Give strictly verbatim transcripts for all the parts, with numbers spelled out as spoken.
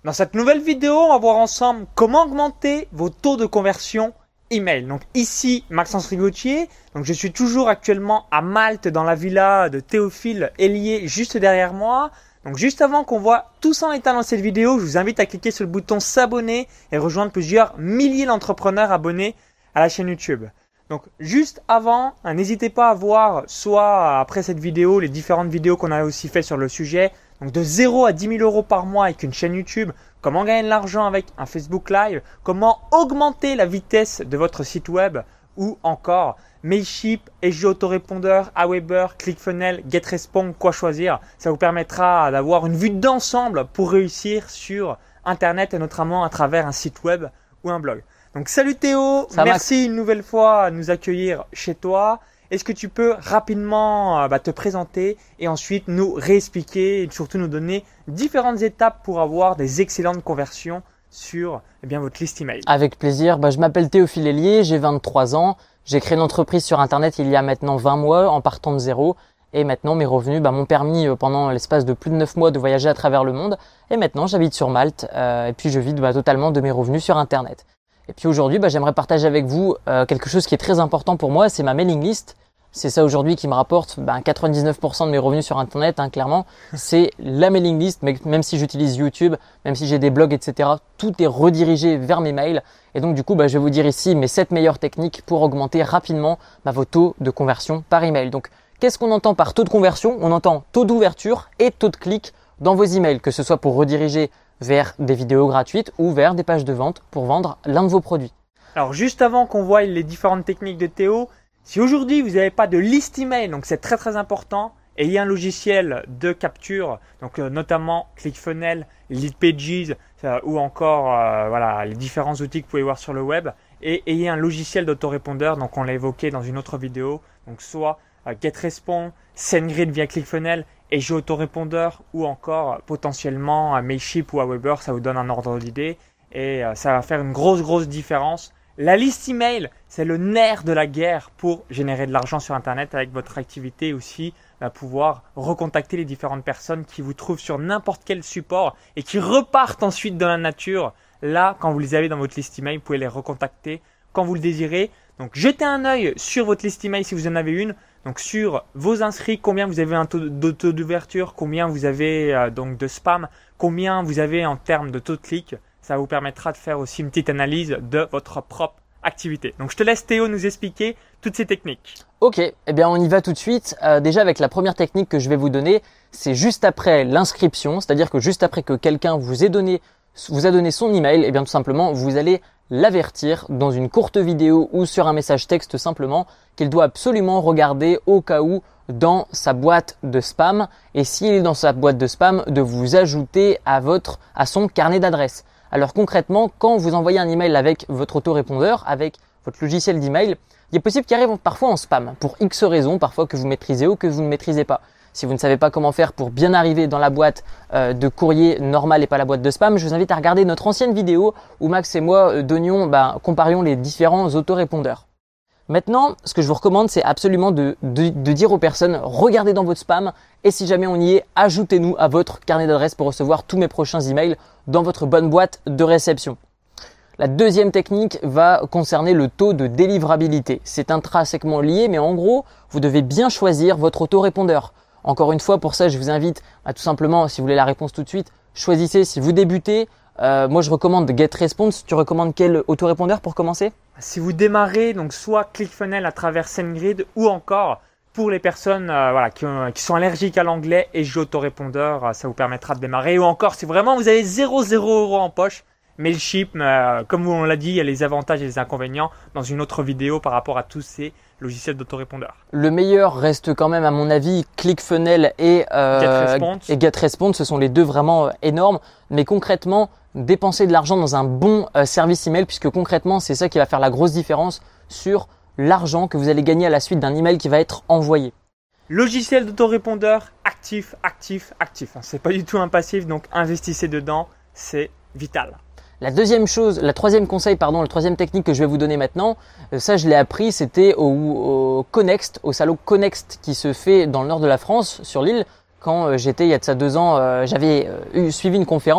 Dans cette nouvelle vidéo, on va voir ensemble comment augmenter vos taux de conversion email. Donc ici, Maxence Rigotier. Donc je suis toujours actuellement à Malte dans la villa de Théophile Hélier juste derrière moi. Donc juste avant qu'on voit tout ça en détail dans cette vidéo, je vous invite à cliquer sur le bouton s'abonner et rejoindre plusieurs milliers d'entrepreneurs abonnés à la chaîne YouTube. Donc juste avant, hein, n'hésitez pas à voir soit après cette vidéo les différentes vidéos qu'on a aussi fait sur le sujet. Donc de zéro à dix mille euros par mois avec une chaîne YouTube, comment gagner de l'argent avec un Facebook Live, comment augmenter la vitesse de votre site web ou encore Mailchimp, S G Autorépondeur, Aweber, ClickFunnels, GetResponse, quoi choisir. Ça vous permettra d'avoir une vue d'ensemble pour réussir sur Internet et notamment à travers un site web ou un blog. Donc salut Théo, Ça merci Max. une nouvelle fois à nous accueillir chez toi. Est-ce que tu peux rapidement euh, bah, te présenter et ensuite nous réexpliquer et surtout nous donner différentes étapes pour avoir des excellentes conversions sur eh bien, votre liste email? Avec plaisir. Bah, je m'appelle Théophile Hélier, j'ai vingt-trois ans. J'ai créé une entreprise sur Internet il y a maintenant vingt mois en partant de zéro. Et maintenant, mes revenus bah, m'ont permis euh, pendant l'espace de plus de neuf mois de voyager à travers le monde. Et maintenant, j'habite sur Malte euh, et puis je vis bah, totalement de mes revenus sur Internet. Et puis aujourd'hui, bah, j'aimerais partager avec vous euh, quelque chose qui est très important pour moi, c'est ma mailing list. C'est ça aujourd'hui qui me rapporte bah, quatre-vingt-dix-neuf pour cent de mes revenus sur Internet, hein, clairement. C'est la mailing list, mais même si j'utilise YouTube, même si j'ai des blogs, et cetera, tout est redirigé vers mes mails. Et donc du coup, bah, je vais vous dire ici mes sept meilleures techniques pour augmenter rapidement bah, vos taux de conversion par email. Donc, qu'est-ce qu'on entend par taux de conversion? On entend taux d'ouverture et taux de clic dans vos emails, que ce soit pour rediriger vers des vidéos gratuites ou vers des pages de vente pour vendre l'un de vos produits. Alors juste avant qu'on voie les différentes techniques de Théo, si aujourd'hui vous n'avez pas de liste email, donc c'est très très important, ayez un logiciel de capture, donc euh, notamment ClickFunnels, Leadpages euh, ou encore euh, voilà, les différents outils que vous pouvez voir sur le web, et ayez un logiciel d'autorépondeur, donc on l'a évoqué dans une autre vidéo, donc soit euh, GetResponse, SendGrid via ClickFunnels, et j'ai autorépondeur ou encore euh, potentiellement euh, Mailchimp ou Aweber, ça vous donne un ordre d'idée et euh, ça va faire une grosse grosse différence. La liste email, c'est le nerf de la guerre pour générer de l'argent sur Internet avec votre activité aussi, va pouvoir recontacter les différentes personnes qui vous trouvent sur n'importe quel support et qui repartent ensuite dans la nature. Là, quand vous les avez dans votre liste email, vous pouvez les recontacter quand vous le désirez. Donc, jetez un œil sur votre liste email si vous en avez une. Donc, sur vos inscrits, combien vous avez un taux de taux d'ouverture, combien vous avez euh, donc de spam, combien vous avez en termes de taux de clic. Ça vous permettra de faire aussi une petite analyse de votre propre activité. Donc, je te laisse Théo nous expliquer toutes ces techniques. Ok, eh bien on y va tout de suite. Euh, déjà avec la première technique que je vais vous donner, c'est juste après l'inscription, c'est-à-dire que juste après que quelqu'un vous ait donné, vous a donné son email, eh bien tout simplement vous allez l'avertir dans une courte vidéo ou sur un message texte simplement qu'il doit absolument regarder au cas où dans sa boîte de spam et s'il est dans sa boîte de spam de vous ajouter à votre à son carnet d'adresses. Alors concrètement, quand vous envoyez un email avec votre autorépondeur, avec votre logiciel d'email, il est possible qu'il arrive parfois en spam pour X raisons, parfois que vous maîtrisez ou que vous ne maîtrisez pas. Si vous ne savez pas comment faire pour bien arriver dans la boîte euh, de courrier normal et pas la boîte de spam, je vous invite à regarder notre ancienne vidéo où Max et moi euh, donnions, bah, comparions les différents autorépondeurs. Maintenant, ce que je vous recommande, c'est absolument de, de, de dire aux personnes, regardez dans votre spam et si jamais on y est, ajoutez-nous à votre carnet d'adresses pour recevoir tous mes prochains emails dans votre bonne boîte de réception. La deuxième technique va concerner le taux de délivrabilité. C'est intrinsèquement lié, mais en gros, vous devez bien choisir votre autorépondeur. Encore une fois, pour ça, je vous invite à tout simplement, si vous voulez la réponse tout de suite, choisissez si vous débutez. Euh, moi, je recommande GetResponse. Tu recommandes quel autorépondeur pour commencer? Si vous démarrez, donc soit ClickFunnels à travers SendGrid ou encore pour les personnes euh, voilà, qui, ont, qui sont allergiques à l'anglais et j'ai autorépondeur, euh, ça vous permettra de démarrer. Ou encore, si vraiment vous avez zéro euros en poche, Mailchimp, euh, comme on l'a dit, il y a les avantages et les inconvénients dans une autre vidéo par rapport à tous ces logiciels d'autorépondeur. Le meilleur reste quand même à mon avis ClickFunnels et, euh, GetResponse. et GetResponse. Ce sont les deux vraiment euh, énormes. Mais concrètement, dépenser de l'argent dans un bon euh, service email, puisque concrètement, c'est ça qui va faire la grosse différence sur l'argent que vous allez gagner à la suite d'un email qui va être envoyé. Logiciel d'autorépondeur actif, actif, actif. C'est pas du tout un passif, donc investissez dedans, c'est vital. La deuxième chose, la troisième conseil, pardon, la troisième technique que je vais vous donner maintenant, ça je l'ai appris, c'était au, au Connext, au salon Connext qui se fait dans le nord de la France, sur l'île. Quand j'étais il y a de ça deux ans, j'avais eu, suivi une conférence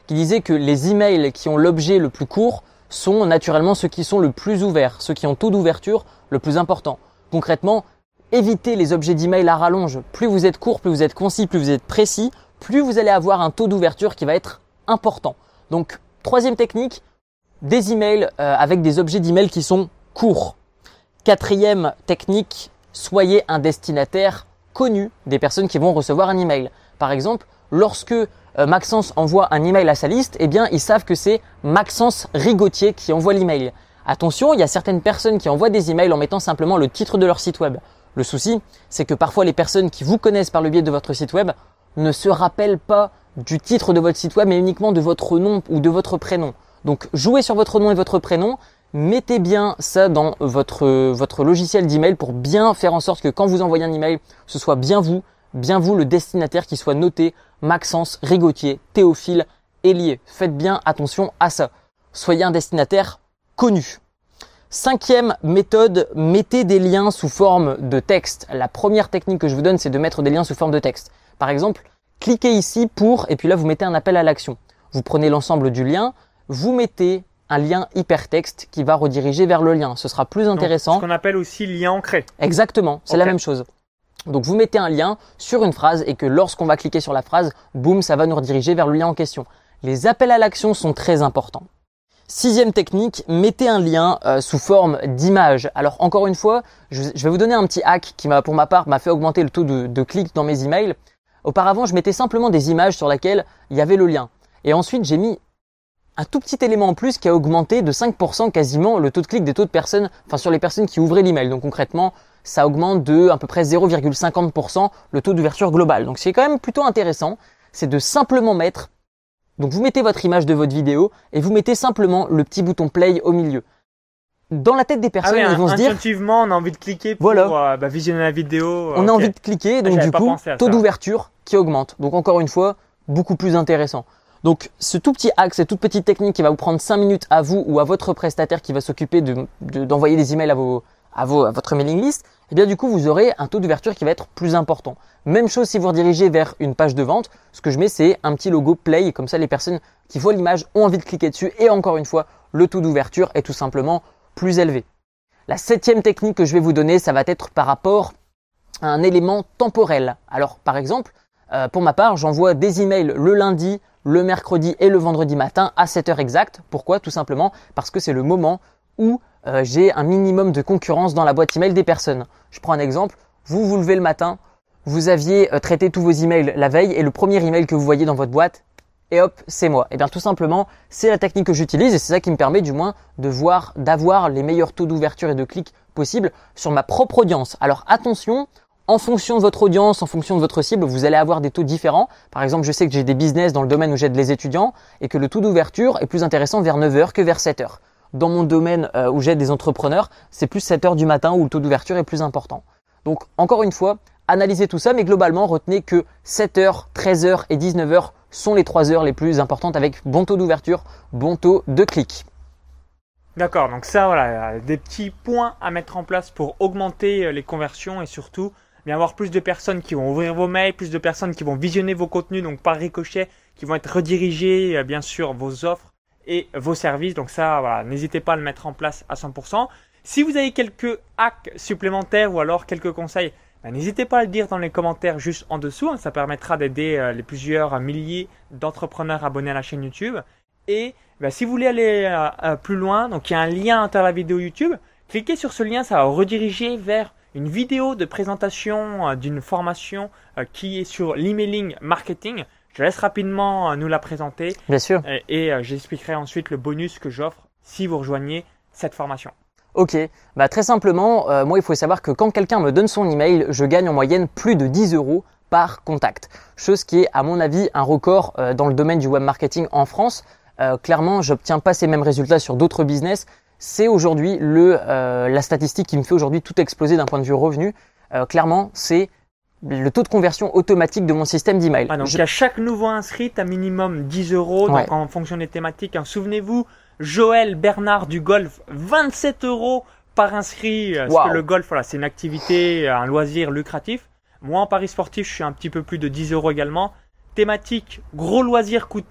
qui disait que les emails qui ont l'objet le plus court sont naturellement ceux qui sont le plus ouverts, ceux qui ont taux d'ouverture le plus important. Concrètement, évitez les objets d'email à rallonge. Plus vous êtes court, plus vous êtes concis, plus vous êtes précis, plus vous allez avoir un taux d'ouverture qui va être important. Donc, troisième technique, des emails euh, avec des objets d'email qui sont courts. Quatrième technique, soyez un destinataire connu des personnes qui vont recevoir un email. Par exemple, lorsque euh, Maxence envoie un email à sa liste, eh bien, ils savent que c'est Maxence Rigotier qui envoie l'email. Attention, il y a certaines personnes qui envoient des emails en mettant simplement le titre de leur site web. Le souci, c'est que parfois les personnes qui vous connaissent par le biais de votre site web ne se rappellent pas du titre de votre site web, mais uniquement de votre nom ou de votre prénom. Donc, jouez sur votre nom et votre prénom. Mettez bien ça dans votre, votre logiciel d'email pour bien faire en sorte que quand vous envoyez un email, ce soit bien vous, bien vous le destinataire qui soit noté Maxence Rigotier, Théophile Hélier. Faites bien attention à ça. Soyez un destinataire connu. Cinquième méthode, mettez des liens sous forme de texte. La première technique que je vous donne, c'est de mettre des liens sous forme de texte. Par exemple, cliquez ici pour, et puis là, vous mettez un appel à l'action. Vous prenez l'ensemble du lien, vous mettez un lien hypertexte qui va rediriger vers le lien. Ce sera plus intéressant. Donc, ce qu'on appelle aussi lien ancré. Exactement, c'est okay. La même chose. Donc, vous mettez un lien sur une phrase et que lorsqu'on va cliquer sur la phrase, boum, ça va nous rediriger vers le lien en question. Les appels à l'action sont très importants. Sixième technique, mettez un lien euh, sous forme d'image. Alors encore une fois, je, je vais vous donner un petit hack qui m'a, pour ma part, m'a fait augmenter le taux de, de clics dans mes emails. Auparavant, je mettais simplement des images sur lesquelles il y avait le lien. Et ensuite, j'ai mis un tout petit élément en plus qui a augmenté de cinq pour cent quasiment le taux de clic des taux de personnes, enfin sur les personnes qui ouvraient l'email. Donc concrètement, ça augmente de à peu près zéro virgule cinquante pour cent le taux d'ouverture global. Donc c'est quand même plutôt intéressant, c'est de simplement mettre, donc vous mettez votre image de votre vidéo et vous mettez simplement le petit bouton play au milieu. Dans la tête des personnes, ah oui, ils vont se dire… Intuitivement, on a envie de cliquer pour voilà. euh, bah, visionner la vidéo. On okay. a envie de cliquer, donc du coup, taux d'ouverture qui augmente. Donc encore une fois, beaucoup plus intéressant. Donc ce tout petit hack, cette toute petite technique qui va vous prendre cinq minutes à vous ou à votre prestataire qui va s'occuper de, de, d'envoyer des emails à, vos, à, vos, à votre mailing list, eh bien du coup vous aurez un taux d'ouverture qui va être plus important. Même chose si vous redirigez vers une page de vente, ce que je mets c'est un petit logo play, comme ça les personnes qui voient l'image ont envie de cliquer dessus et encore une fois le taux d'ouverture est tout simplement plus élevé. La septième technique que je vais vous donner, ça va être par rapport à un élément temporel. Alors par exemple, euh, pour ma part, j'envoie des emails le lundi, le mercredi et le vendredi matin à sept heures exactes. Pourquoi? Tout simplement parce que c'est le moment où euh, j'ai un minimum de concurrence dans la boîte email des personnes. Je prends un exemple. Vous vous levez le matin, vous aviez euh, traité tous vos emails la veille et le premier email que vous voyez dans votre boîte, et hop, c'est moi. Et bien tout simplement, c'est la technique que j'utilise et c'est ça qui me permet du moins de voir, d'avoir les meilleurs taux d'ouverture et de clics possibles sur ma propre audience. Alors attention, en fonction de votre audience, en fonction de votre cible, vous allez avoir des taux différents. Par exemple, je sais que j'ai des business dans le domaine où j'aide les étudiants et que le taux d'ouverture est plus intéressant vers neuf heures que vers sept heures. Dans mon domaine euh, où j'aide des entrepreneurs, c'est plus sept heures du matin où le taux d'ouverture est plus important. Donc encore une fois, analysez tout ça, mais globalement, retenez que sept heures, treize heures et dix-neuf heures sont les trois heures les plus importantes avec bon taux d'ouverture, bon taux de clic. D'accord, donc ça, voilà, des petits points à mettre en place pour augmenter les conversions et surtout bien avoir plus de personnes qui vont ouvrir vos mails, plus de personnes qui vont visionner vos contenus, donc par ricochet, qui vont être redirigés, bien sûr, vos offres et vos services. Donc ça, voilà, n'hésitez pas à le mettre en place à cent pour cent. Si vous avez quelques hacks supplémentaires ou alors quelques conseils, ben, n'hésitez pas à le dire dans les commentaires juste en dessous. Hein, ça permettra d'aider euh, les plusieurs milliers d'entrepreneurs abonnés à la chaîne YouTube. Et ben, si vous voulez aller euh, euh, plus loin, donc il y a un lien entre la vidéo YouTube. Cliquez sur ce lien, ça va rediriger vers une vidéo de présentation euh, d'une formation euh, qui est sur l'emailing marketing. Je laisse rapidement euh, nous la présenter. Bien sûr. Et, et euh, j'expliquerai ensuite le bonus que j'offre si vous rejoignez cette formation. Ok, bah très simplement, euh, moi il faut savoir que quand quelqu'un me donne son email, je gagne en moyenne plus de dix euros par contact. Chose qui est à mon avis un record euh, dans le domaine du web marketing en France. Euh, clairement, j'obtiens pas ces mêmes résultats sur d'autres business. C'est aujourd'hui le euh, la statistique qui me fait aujourd'hui tout exploser d'un point de vue revenu. Euh, clairement, c'est le taux de conversion automatique de mon système d'email. Ah, donc Je... à chaque nouveau inscrit, tu as minimum dix euros. Ouais. Donc en fonction des thématiques, hein, souvenez-vous, Joël Bernard du golf, vingt-sept euros par inscrit. Parce wow. que le golf, voilà, c'est une activité, un loisir lucratif. Moi, en paris sportif, je suis un petit peu plus de dix euros également. Thématique, gros loisir coûteux,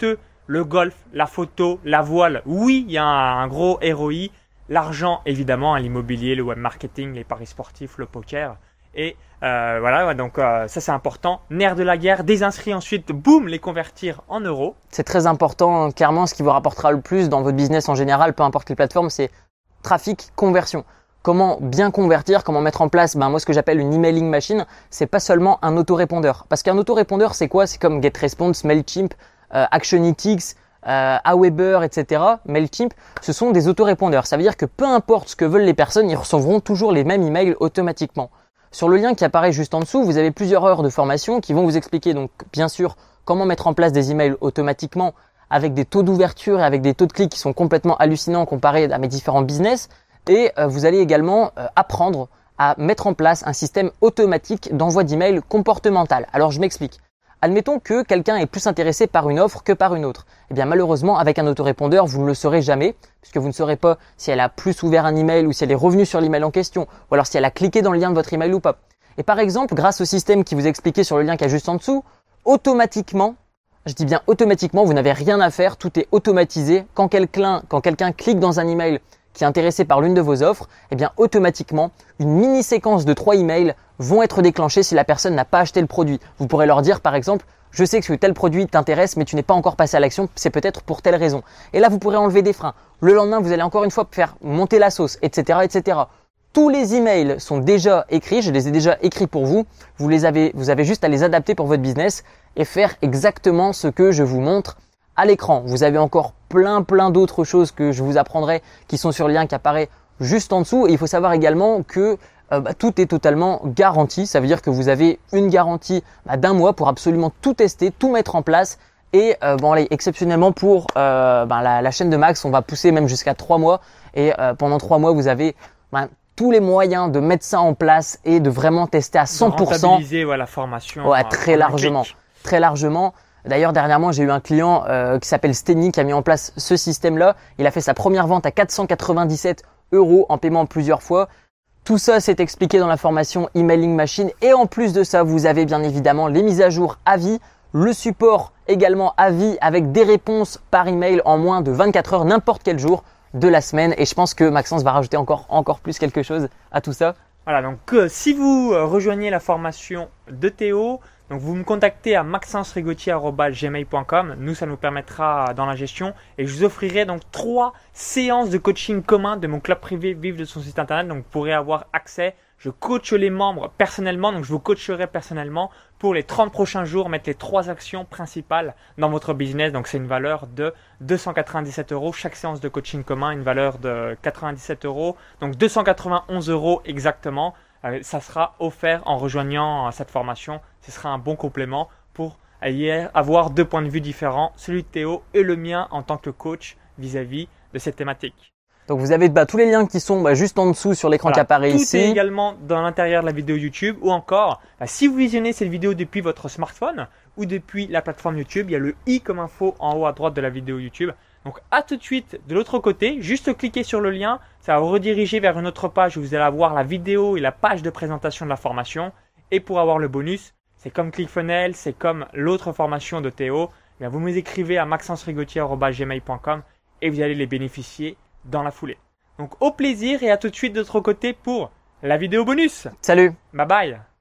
le golf, la photo, la voile. Oui, il y a un, un gros R O I. L'argent, évidemment, l'immobilier, le web marketing, les paris sportifs, le poker. Et euh, voilà, donc euh, ça c'est important. Nerf de la guerre, des inscrits ensuite, boum, les convertir en euros. C'est très important, clairement, ce qui vous rapportera le plus dans votre business en général, peu importe les plateformes, c'est trafic, conversion. Comment bien convertir, comment mettre en place, ben moi ce que j'appelle une emailing machine, c'est pas seulement un autorépondeur. Parce qu'un autorépondeur, c'est quoi? C'est comme GetResponse, Mailchimp, euh, ActionEtix, euh, Aweber, et cetera. Mailchimp, ce sont des autorépondeurs. Ça veut dire que peu importe ce que veulent les personnes, ils recevront toujours les mêmes emails automatiquement. Sur le lien qui apparaît juste en dessous, vous avez plusieurs heures de formation qui vont vous expliquer donc bien sûr comment mettre en place des emails automatiquement avec des taux d'ouverture et avec des taux de clics qui sont complètement hallucinants comparés à mes différents business. Et euh, vous allez également euh, apprendre à mettre en place un système automatique d'envoi d'email comportemental. Alors je m'explique. Admettons que quelqu'un est plus intéressé par une offre que par une autre. Eh bien malheureusement, avec un autorépondeur, vous ne le saurez jamais, puisque vous ne saurez pas si elle a plus ouvert un email ou si elle est revenue sur l'email en question, ou alors si elle a cliqué dans le lien de votre email ou pas. Et par exemple, grâce au système qui vous est expliqué sur le lien qui est juste en dessous, automatiquement, je dis bien automatiquement, vous n'avez rien à faire, tout est automatisé. Quand quelqu'un, quand quelqu'un clique dans un email qui est intéressé par l'une de vos offres, eh bien automatiquement, une mini séquence de trois emails vont être déclenchés si la personne n'a pas acheté le produit. Vous pourrez leur dire par exemple, je sais que tel produit t'intéresse mais tu n'es pas encore passé à l'action, c'est peut-être pour telle raison. Et là, vous pourrez enlever des freins. Le lendemain, vous allez encore une fois faire monter la sauce, et cetera, et cetera. Tous les emails sont déjà écrits, je les ai déjà écrits pour vous. Vous les avez, vous avez juste à les adapter pour votre business et faire exactement ce que je vous montre à l'écran. Vous avez encore plein plein d'autres choses que je vous apprendrai qui sont sur le lien qui apparaît juste en dessous. Et il faut savoir également que euh, bah, tout est totalement garanti. Ça veut dire que vous avez une garantie bah, d'un mois pour absolument tout tester, tout mettre en place. Et euh, bon allez, exceptionnellement pour euh, bah, la, la chaîne de Max, on va pousser même jusqu'à trois mois. Et euh, pendant trois mois, vous avez bah, tous les moyens de mettre ça en place et de vraiment tester à cent pour cent. Rentabiliser ouais, la formation. Ouais, très largement, très largement. D'ailleurs, dernièrement, j'ai eu un client euh, qui s'appelle Steny qui a mis en place ce système-là. Il a fait sa première vente à quatre cent quatre-vingt-dix-sept euros en paiement plusieurs fois. Tout ça, c'est expliqué dans la formation Emailing Machine. Et en plus de ça, vous avez bien évidemment les mises à jour à vie, le support également à vie avec des réponses par email en moins de vingt-quatre heures, n'importe quel jour de la semaine. Et je pense que Maxence va rajouter encore, encore plus quelque chose à tout ça. Voilà, donc euh, si vous euh, rejoignez la formation de Théo, donc vous me contactez à maxence rigotier arobase gmail point com. Nous, ça nous permettra dans la gestion et je vous offrirai donc trois séances de coaching commun de mon club privé Vive de son site internet. Donc vous pourrez avoir accès. Je coach les membres personnellement, donc je vous coacherai personnellement pour les trente prochains jours, mettre les trois actions principales dans votre business. Donc c'est une valeur de deux cent quatre-vingt-dix-sept euros. Chaque séance de coaching commun, une valeur de quatre-vingt-dix-sept euros. Donc deux cent quatre-vingt-onze euros exactement. Ça sera offert en rejoignant cette formation. Ce sera un bon complément pour avoir deux points de vue différents, celui de Théo et le mien en tant que coach vis-à-vis de cette thématique. Donc vous avez bah, tous les liens qui sont bah, juste en dessous sur l'écran voilà, qui apparaît tout ici. Tout est également dans l'intérieur de la vidéo YouTube ou encore, bah, si vous visionnez cette vidéo depuis votre smartphone ou depuis la plateforme YouTube, il y a le i comme info en haut à droite de la vidéo YouTube. Donc à tout de suite de l'autre côté, juste cliquez sur le lien, ça va vous rediriger vers une autre page où vous allez avoir la vidéo et la page de présentation de la formation. Et pour avoir le bonus, c'est comme ClickFunnels, c'est comme l'autre formation de Théo, eh bien vous me écrivez à maxence rigotier arobase gmail point com et vous allez les bénéficier dans la foulée. Donc au plaisir et à tout de suite de l'autre côté pour la vidéo bonus. Salut. Bye bye.